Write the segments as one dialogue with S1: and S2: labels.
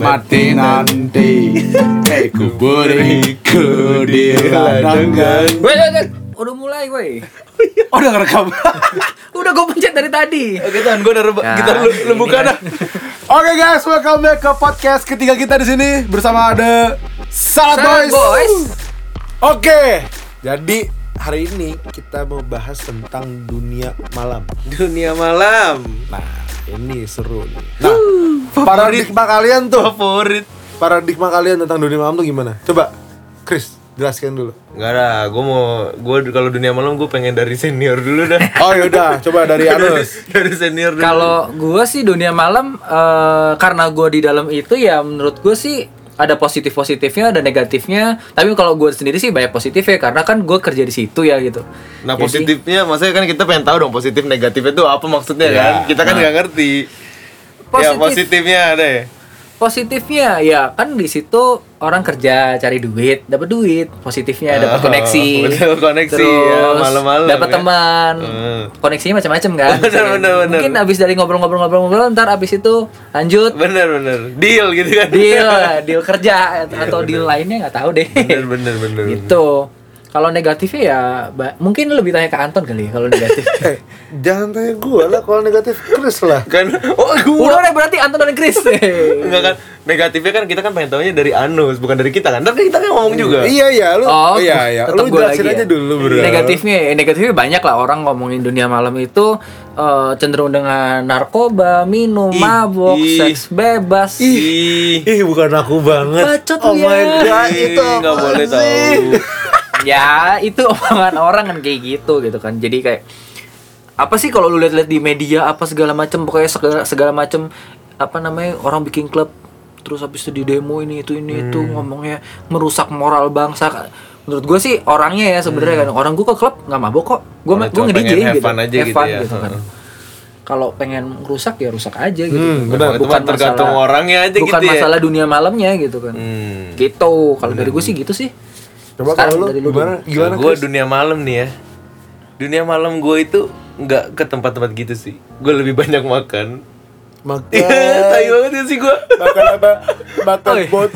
S1: mati nanti ku beriku di ladangkan.
S2: Wait. Udah mulai gue.
S1: Oh udah ngerekam.
S2: Udah gue pencet dari tadi.
S3: Oke Tan, gue udah kita lu buka dah.
S1: Oke guys, welcome back ke podcast ketiga kita di sini bersama ada Salat Boys. Oke, jadi hari ini kita mau bahas tentang dunia malam.
S3: Dunia malam.
S1: Nah, ini seru nih. Nah, paradigma kalian tuh, paradigma kalian tentang dunia malam tuh gimana? Coba, Chris, jelaskan dulu.
S3: Enggak ada, gue kalau dunia malam gue pengen dari senior dulu dah.
S1: Oh yaudah, coba dari Anus.
S3: Dari senior dulu.
S2: Kalau gue sih dunia malam karena gue di dalam itu ya menurut gue sih ada positifnya, ada negatifnya. Tapi kalau gue sendiri sih banyak positifnya karena kan gue kerja di situ ya gitu.
S3: Nah
S2: Jadi,
S3: positifnya, maksudnya kan kita pengen tahu dong positif negatifnya itu apa maksudnya kan? Kita kan nggak ngerti. Ya positifnya ada ya.
S2: Positifnya ya kan di situ orang kerja cari duit, dapat duit. Positifnya dapat koneksi.
S3: Betul, koneksi ya, malam-malam.
S2: Dapat
S3: ya.
S2: Teman. Koneksinya macam-macam kan.
S3: Bener.
S2: Mungkin abis dari ngobrol-ngobrol ntar abis itu lanjut
S3: Bener. Deal gitu kan.
S2: deal kerja atau deal lainnya nggak tahu deh.
S3: Bener.
S2: Gitu. Kalau negatifnya ya mungkin lebih tanya ke Anton kali kalau negatif.
S1: Jangan tanya gue lah, kalau negatif Chris lah.
S3: Kan
S2: Udah berarti Anton dan Chris.
S3: enggak kan negatifnya kan kita kan pengen taunya dari Anus bukan dari kita kan. Ntar kita kan ngomong juga.
S1: Iya, lu. Iya.
S2: tetep
S1: Lu
S2: gua
S1: jelasin
S2: lagi
S1: aja
S2: ya.
S1: dulu, bro.
S2: Negatifnya banyak lah orang ngomongin dunia malam itu cenderung dengan narkoba, minum, mabok, seks bebas.
S1: Bukan aku banget.
S2: Bacot
S1: Oh
S2: lu
S1: my
S2: ya.
S1: god, itu
S3: nggak
S1: apa
S3: boleh
S1: sih?
S3: tahu.
S2: Ya itu omongan orang kan kayak gitu kan. Jadi kayak apa sih kalau lu lihat-lihat di media apa segala macam, pokoknya segala macam apa namanya orang bikin klub terus habis itu di demo ini itu ngomongnya merusak moral bangsa. Menurut gue sih orangnya ya sebenarnya kan orang gue ke klub nggak mabok kok, gue ngedijein gitu, have fun gitu kan. Kalau pengen rusak ya rusak aja gitu.
S1: Benar.
S3: Bukan tergantung orangnya aja
S2: bukan
S3: gitu ya.
S2: masalah dunia malamnya gitu kan. Gitu. Kalau dari gue sih gitu sih.
S1: Coba kalau lu gimana?
S3: Gue dunia malam nih ya. Dunia malam gue itu nggak ke tempat-tempat gitu sih. Gue lebih banyak makan. Tai banget ya sih gue.
S1: Makan apa? Makan bot.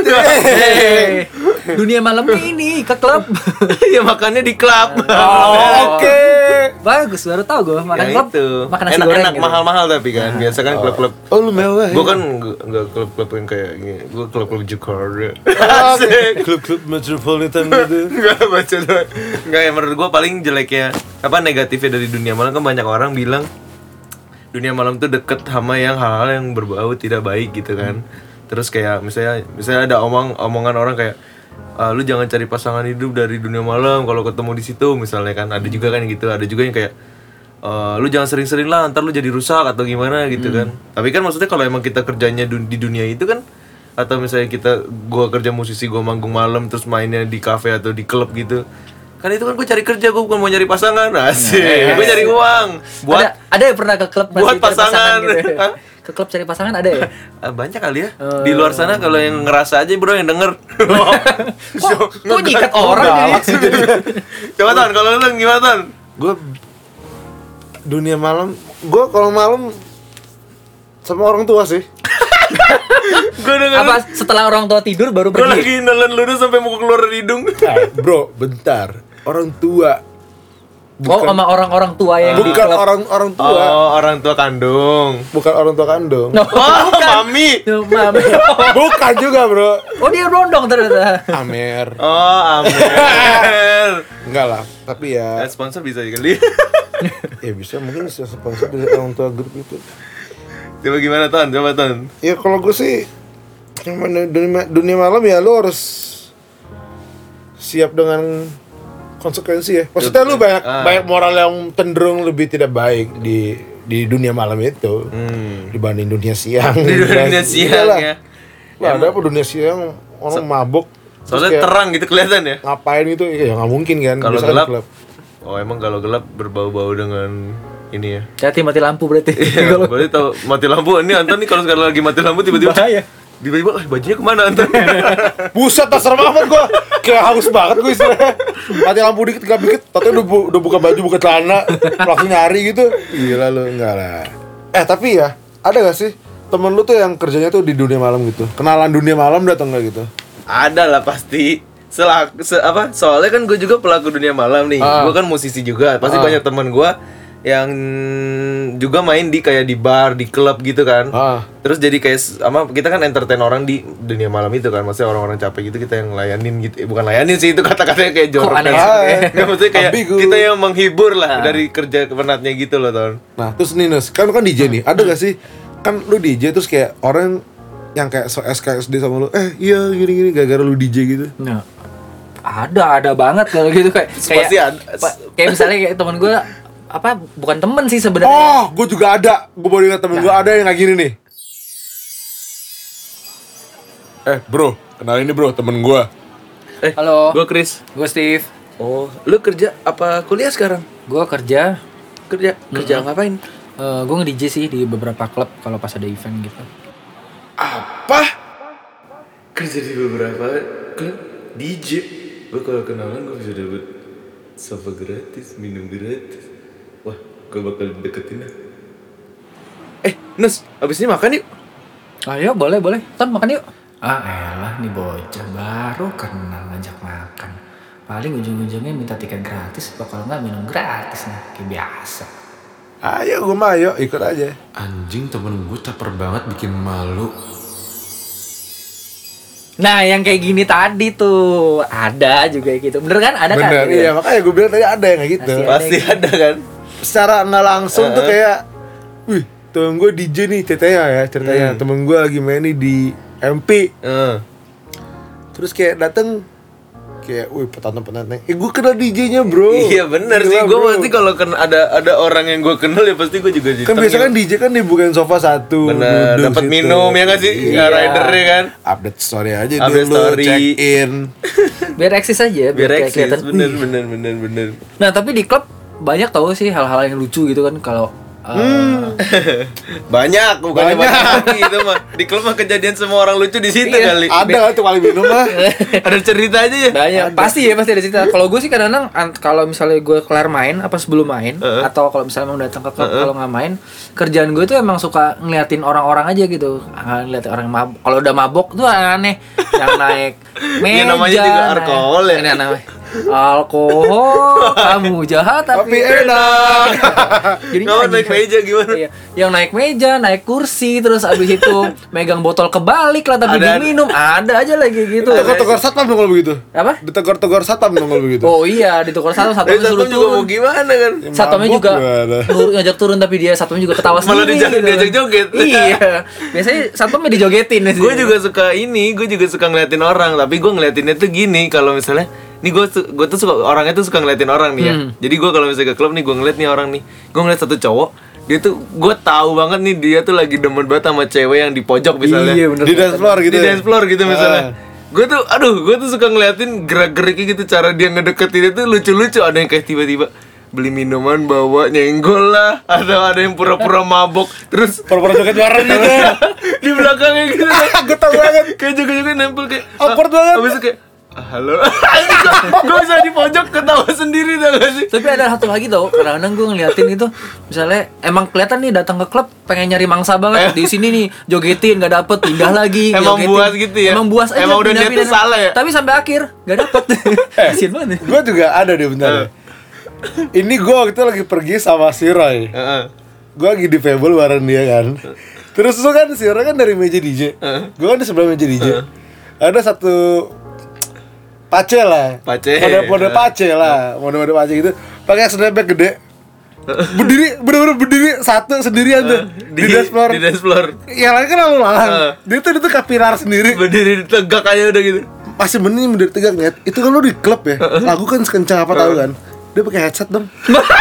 S2: Dunia malamnya ini ke klub.
S3: Ya makannya di klub.
S1: Oke.
S2: Bagus, baru tahu gue makan
S3: Ya
S2: klub.
S3: itu.
S2: Makan nasi goreng.
S3: Enak
S2: Gitu.
S3: mahal-mahal tapi kan. Biasa kan klub-klub.
S1: Oh lu mewah.
S3: Gue kan nggak klub-klub yang kayak gini. Gue klub-klub Jakarta.
S1: Klub-klub metropolitan gitu.
S3: Enggak baca doang. Enggak ya, menurut gue paling jeleknya apa negatifnya dari dunia malam kan banyak orang bilang dunia malam tuh deket sama yang hal-hal yang berbau tidak baik gitu kan. Terus kayak misalnya ada omongan orang kayak lu jangan cari pasangan hidup dari dunia malam kalau ketemu di situ misalnya kan. Ada juga kan gitu. Ada juga yang kayak lu jangan sering-sering lah ntar lu jadi rusak atau gimana gitu kan. Tapi kan maksudnya kalau emang kita kerjanya di dunia itu kan, atau misalnya gua kerja musisi, gua manggung malam terus mainnya di kafe atau di klub gitu, kan itu kan gue cari kerja, gue bukan mau nyari pasangan. Asik, gue cari uang buat
S2: ada yang pernah ke klub
S3: buat pasangan
S2: gitu. Ke klub cari pasangan ada ya?
S3: Banyak kali ya. Di luar sana kalau yang ngerasa aja bro yang denger.
S2: Kok nyikat orang jadi?
S3: Coba Ton, kalau lu gimana Ton?
S1: Gue dunia malam, gue kalau malam sama orang tua sih.
S3: Gue denger
S2: Apa setelah orang tua tidur baru
S3: gue
S2: pergi?
S3: lagi nelen ludah sampai mau keluar dari hidung.
S1: Bro, bentar. Orang tua.
S2: Sama orang-orang tua yang di
S1: Bukan
S2: klub.
S1: orang tua.
S3: Oh, orang tua kandung.
S1: Bukan orang tua kandung.
S3: Mami.
S2: Mami.
S1: Bukan juga, bro.
S2: Oh dia rondong ternyata.
S1: Amer.
S3: Oh, Amer.
S1: Enggak lah, tapi ya
S3: Sponsor bisa kali.
S1: ya bisa mungkin sponsor dari orang tua grup itu.
S3: Coba gimana Ton? Coba Ton.
S1: Ya kalau gue sih yang mana dunia malam ya lu harus siap dengan konsekuensi ya. Maksudnya lu banyak moral yang cenderung lebih tidak baik di dunia malam itu dibanding dunia siang.
S3: Di dunia siang ya.
S1: Lah ada apa dunia siang orang mabuk.
S3: Soalnya terang gitu kelihatan ya.
S1: Ngapain itu? Ya nggak mungkin kan.
S3: Kalau
S1: Biasanya
S3: gelap.
S1: klub.
S3: Oh emang kalau gelap berbau-bau dengan ini ya.
S2: Hati mati lampu berarti.
S3: Iya, berarti tahu mati lampu. Ini Anton nih kalau sekarang lagi mati lampu tiba-tiba
S2: Bahaya.
S3: Tiba-tiba bajunya kemana Anton?
S1: Buset, tak serem amat gua. Kayak haus banget gua istilahnya. Mati lampu dikit, tapi udah buka baju, buka celana, langsung nyari gitu. Gila lu, enggak lah. Tapi ya, ada gak sih temen lu tuh yang kerjanya tuh di dunia malam gitu? Kenalan dunia malam datang nggak gitu?
S3: Ada lah pasti. Soalnya kan gue juga pelaku dunia malam nih. Gue kan musisi juga. Pasti banyak teman gue yang juga main di kayak di bar, di klub gitu kan. Terus jadi kayak kita kan entertain orang di dunia malam itu kan. Maksudnya orang-orang capek gitu kita yang layanin gitu. Bukan layanin sih, itu kata-katanya kayak jorok. Nggak, maksudnya kayak kita yang menghibur lah dari kerja penatnya gitu loh, Ton.
S1: Nah, terus nih Nus, kan DJ nih. Ada gak sih? Kan lu DJ terus kayak orang yang kayak SKSD sama lu, iya gini-gini gara-gara lu DJ gitu.
S2: Nah, ada banget kalau gitu kayak kayak misalnya kayak teman gue bukan temen sih sebenarnya.
S1: Oh, gue juga ada. Gue baru ingat temen gue ada yang kayak gini nih. Bro, kenalin ini bro, temen gue.
S2: Halo.
S3: Gue Chris.
S2: Gue Steve.
S3: Oh, lu kerja apa kuliah sekarang?
S2: Gue kerja.
S3: Kerja ngapain?
S2: Gue nge-DJ sih di beberapa klub kalau pas ada event gitu.
S3: Apa? Kerja di beberapa klub DJ. Gue kalau kenalan gue bisa dapet sofa gratis, minum gratis. Wah, gue bakal deketin lah. Nus, abis ini makan yuk.
S2: Ayo, boleh. Ton, makan yuk. Elah, nih bocah baru kenal ngajak makan. Paling ujung-ujungnya minta tiket gratis, kalau nggak minum gratis nih, kayak biasa.
S1: Ayo, gue mah ayo, ikut aja.
S4: Anjing, temen gue caper banget bikin malu.
S2: Nah, yang kayak gini tadi tuh ada juga gitu. Bener kan? Ada kan?
S1: Bener, iya makanya gue bilang tadi ada yang kayak gitu.
S3: Pasti ada kan.
S1: Secara nggak langsung tuh kayak, wih, temen gue DJ nih ceritanya. Temen gue lagi main nih di MP. Terus kayak dateng kayak, wih penonton. Gue kenal DJ-nya bro.
S3: Iya benar sih, gue pasti kalau ada orang yang gue kenal ya pasti gue juga
S1: kan biasa kan DJ kan dibukain sofa satu.
S3: Bener, dapat minum ya nggak sih?
S2: Iya.
S3: Ridernya kan.
S1: Update story aja
S3: Update
S1: dulu,
S3: story.
S1: check in.
S2: Biar eksis aja,
S3: Biar
S2: kayak
S3: eksis,
S2: kelihatan.
S3: bener.
S2: Nah, tapi di klub banyak tau sih hal-hal yang lucu gitu kan kalau
S3: Banyak, bukan banyak itu mah. Di klub mah kejadian semua orang lucu di situ
S2: Iya.
S3: kali.
S1: Ada tuh kali minum lah.
S3: Ada cerita aja ya.
S2: banyak pasti ada cerita. Kalau gue sih kadang-kadang kalau misalnya gue kelar main apa sebelum main atau kalau misalnya mau datang ke klub kalau nggak main, kerjaan gue tuh emang suka ngeliatin orang-orang aja gitu. Ngeliatin orang mabok. Kalau udah mabok tuh aneh yang naik meja.
S3: Ya, namanya juga alkohol ya.
S2: Ini namanya alkohol, kamu jahat tapi enak.
S3: Jadinya naik meja gimana?
S2: Iya, yang naik meja, naik kursi, terus abis itu megang botol kebalik lah tapi diminum. Ada aja lagi gitu.
S1: Tegur satpam dong kalau begitu.
S2: Apa?
S1: Ditegur satpam dong kalau begitu.
S2: Oh iya, ditukar satpamnya suruh
S3: juga mau
S2: turun.
S3: gimana kan?
S2: Satpamnya juga ngajak turun tapi dia satpamnya juga ketawa
S3: Malah
S2: sendiri.
S3: diajak joget.
S2: Iya. Biasanya satpamnya dijogetin.
S3: Gue juga suka ngeliatin orang, tapi gue ngeliatinnya tuh gini, kalau misalnya nih gue tuh suka orangnya tuh suka ngeliatin orang nih ya. Jadi gue kalau misalnya ke klub nih gue ngeliat nih orang nih, gue ngeliat satu cowok, dia tuh gue tahu banget nih dia tuh lagi demen banget sama cewek yang di pojok misalnya.
S2: Iya, bener.
S1: Di dance floor gitu.
S3: Di dance floor gitu misalnya. Gue tuh suka ngeliatin gerak-geriknya gitu, cara dia ngedeketin itu lucu-lucu. Ada yang kayak tiba-tiba beli minuman bawa nyenggol lah, atau ada yang pura-pura mabok terus
S1: Pura-pura joget bareng gitu.
S3: di belakangnya gitu.
S1: Gue tau banget.
S3: Kayak juga nempel kayak
S1: Awkward banget.
S3: Habis itu kayak halo. Gue bisa di pojok ketawa sendiri tau gak sih?
S2: Tapi ada satu lagi tau, kadang-kadang gue ngeliatin itu, misalnya emang kelihatan nih datang ke klub pengen nyari mangsa banget. Di sini nih jogetin nggak dapet, pindah lagi.
S3: Emang
S2: jogetin.
S3: buas gitu ya?
S2: Emang buas aja.
S3: Emang udah niatnya salah ya?
S2: Tapi sampai akhir nggak dapet. Kasian banget.
S1: Gue juga ada deh bentar. Ini gue waktu itu lagi pergi sama si Roy. Gue lagi di Fable bareng dia kan. Terus tuh kan si Roy kan dari meja DJ. Gue kan di sebelah meja DJ. Ada satu Pace lah. Mode pace lah. Mode pace gitu. Pakai snapback gede. Bener-bener berdiri satu sendirian tuh di dance floor.
S3: Di dance floor.
S1: Yang lain kan lalu-lalang. Dia tuh kayak pilar sendiri.
S3: Berdiri tegak aja udah gitu.
S1: Masih mending berdiri tegak nih. Itu kan lu di klub ya. Lagu kan sekencang apa tahu kan. Dia pakai headset dong.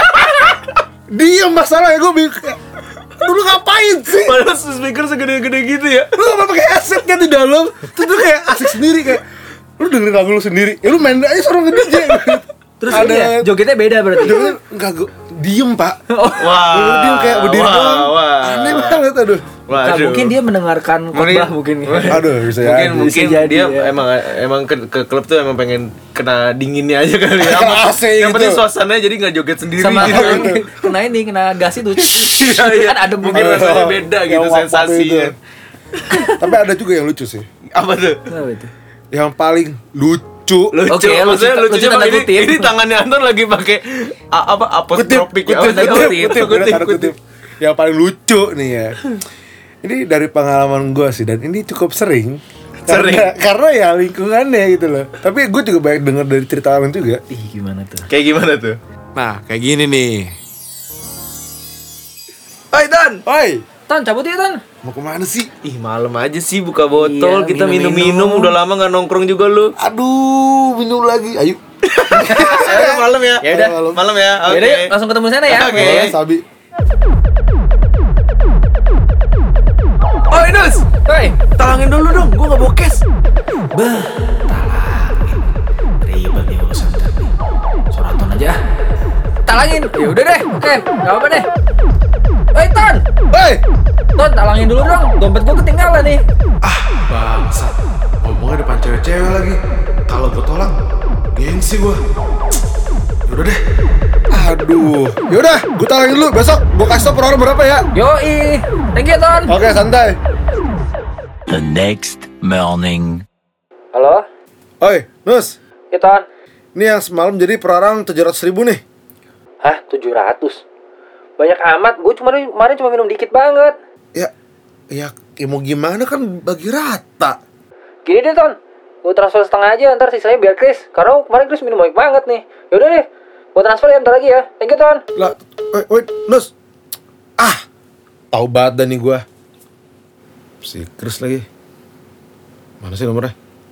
S1: Dia masalah ya gue bingung. Lu ngapain sih?
S3: Padahal speaker segede-gede gitu ya.
S1: Lu gak pakai headset kan di dalam. Terus lu kayak asik sendiri kayak lu dengerin lagu lu sendiri. Ya lu main aja suruh nge-DJ.
S2: Terus
S1: ada
S2: iya, jogetnya beda berarti.
S1: jogetnya enggak diem pak.
S3: Wah.
S1: Diem kayak berdiri
S3: wah,
S1: doang.
S3: wah.
S1: Aneh banget aduh.
S2: Nah,
S3: Waduh.
S2: mungkin dia mendengarkan khotbah mungkin.
S1: Aduh bisa ya.
S3: Mungkin
S2: jadi,
S3: dia
S2: ya.
S3: emang ke klub tuh emang pengen kena dinginnya aja kali ya.
S1: AC
S3: Yang penting
S1: gitu.
S3: suasananya jadi nggak joget sendiri
S2: Sama
S3: gitu.
S2: kena gas itu.
S3: Iya.
S2: Kan ada
S3: Mungkin
S2: mungkin.
S3: rasanya beda
S1: Yang
S3: gitu
S1: wap-wap
S3: sensasinya.
S1: itu. Tapi ada juga yang lucu sih.
S3: Apa tuh?
S2: Apa itu?
S1: Yang paling lucu.
S3: Lucu,
S2: Oke,
S3: maksudnya
S2: lucu
S3: lucunya
S2: tanda
S3: ini,
S2: kutip.
S3: ini tangannya Anton lagi pakai apostropik ya.
S1: Kutip. Yang paling lucu nih ya. Ini dari pengalaman gue sih dan ini cukup sering. Karena ya lingkungannya gitu loh. Tapi gue juga banyak dengar dari cerita orang juga.
S2: Ih, gimana tuh?
S3: Kayak gimana tuh?
S1: Nah, kayak gini nih.
S3: Oi Ton,
S1: Oi,
S2: Ton, cabut ya, Ton.
S1: mau kemana sih?
S3: ih malam aja sih buka botol,
S2: Iya,
S3: kita
S2: minum-minum.
S3: minum-minum, udah lama nggak nongkrong juga lu.
S1: Aduh, minum lagi. Ayo.
S3: Ayo malam ya.
S2: Ya udah.
S3: Malam ya. Oke.
S2: Yaudah, yuk, langsung ketemu sana ya.
S3: Oke.
S1: Boleh, Sabi.
S3: Oh Inus,
S2: Woi,
S3: talangin dulu dong, gua nggak bokes.
S2: ribet nih urusan tadi. Soraton aja. Talangin. Ya udah deh. Oke, enggak apa-apa deh. Woi, Ton.
S1: Hei,
S2: Ton, talangin dulu dong. Dompet gua ketinggalan nih.
S4: Bangsat. Ngomongnya depan cewek-cewek lagi. Kalau gue tolak, gengsi gue. Yaudah deh.
S1: aduh. Yaudah, gue talangin dulu. Besok gue kasih tau per orang berapa ya.
S2: Yoi. Thank you, Ton.
S1: Oke, santai.
S5: The next morning.
S2: Halo?
S1: Oi, Nus.
S2: Ya, Ton.
S1: Ini yang semalam jadi per orang 700.000 nih.
S2: Hah, 700? Banyak amat. Gue kemarin cuma minum dikit banget.
S1: Ya mau gimana kan bagi rata.
S2: Gini deh, Ton. Gue transfer setengah aja, ntar sisanya biar Chris. Karena kemarin Chris minum banyak banget nih. Yaudah deh. Gue transfer ya, bentar lagi ya. Thank you, Ton.
S1: Lah, oi, Nus. Tahu banget dah nih gua. Si Chris lagi. Mana sih nomornya?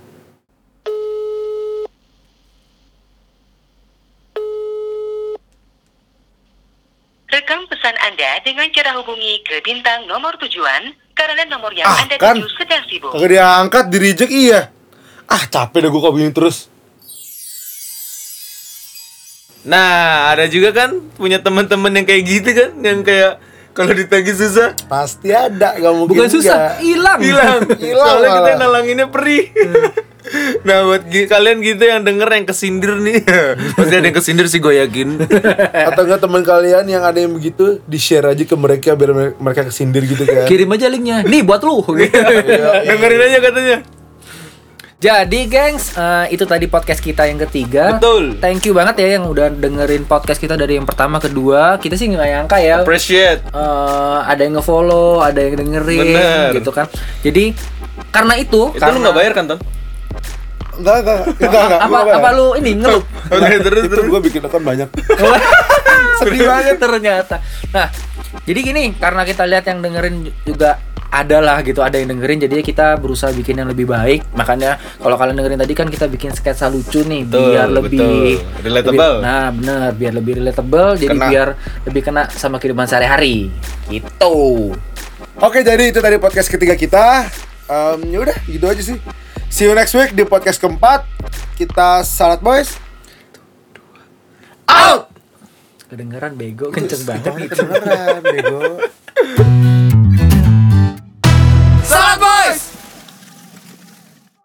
S6: Rekam pesan Anda dengan cara hubungi ke bintang nomor tujuan karena nomor yang Anda
S1: Kan
S6: tuju sedang sibuk.
S1: kagak diangkat, di reject iya. Capek dah gua kalau begini terus.
S3: Nah, ada juga kan punya teman-teman yang kayak gitu kan, yang kayak kalau ditagih susah,
S1: Pasti ada, gak mungkin.
S2: Bukan susah, hilang.
S3: hilang.
S1: Hilang
S3: Soalnya kita
S1: malah.
S3: nalanginnya perih. Nah, buat kalian gitu yang denger yang kesindir nih, pasti ada yang kesindir sih gue yakin.
S1: Atau enggak teman kalian yang ada yang begitu, di-share aja ke mereka biar mereka kesindir gitu kan.
S2: Kirim aja linknya. Nih buat lu.
S3: Dengerin aja katanya.
S2: Jadi gengs, itu tadi podcast kita yang ketiga.
S3: Betul.
S2: Thank you banget ya yang udah dengerin podcast kita dari yang pertama kedua. Kita sih nggak nyangka ya.
S3: Appreciate.
S2: Ada yang nge-follow, ada yang dengerin,
S3: Bener.
S2: gitu kan. Jadi karena itu
S3: Itu lu nggak bayar kan, Ton?
S1: Enggak.
S2: apa lu ini ngeluh?
S3: Oke, terus
S1: Itu gue bikin akun banyak.
S2: Sedih banget ternyata. Nah, jadi gini, karena kita lihat yang dengerin juga ada lah gitu, ada yang dengerin, jadi kita berusaha bikin yang lebih baik. Makanya kalau kalian dengerin tadi kan kita bikin sketsa lucu nih,
S3: Betul,
S2: biar lebih
S3: betul. Relatable.
S2: nah, bener, biar lebih relatable, jadi
S1: Kena.
S2: biar lebih kena sama kehidupan sehari-hari. Gitu.
S1: Oke, jadi itu tadi podcast ketiga kita. Ya udah, gitu aja sih. See you next week di podcast keempat. Kita Salad Boys.
S2: Kedengeran bego, kenceng banget gitu.
S1: Kedengeran, bego.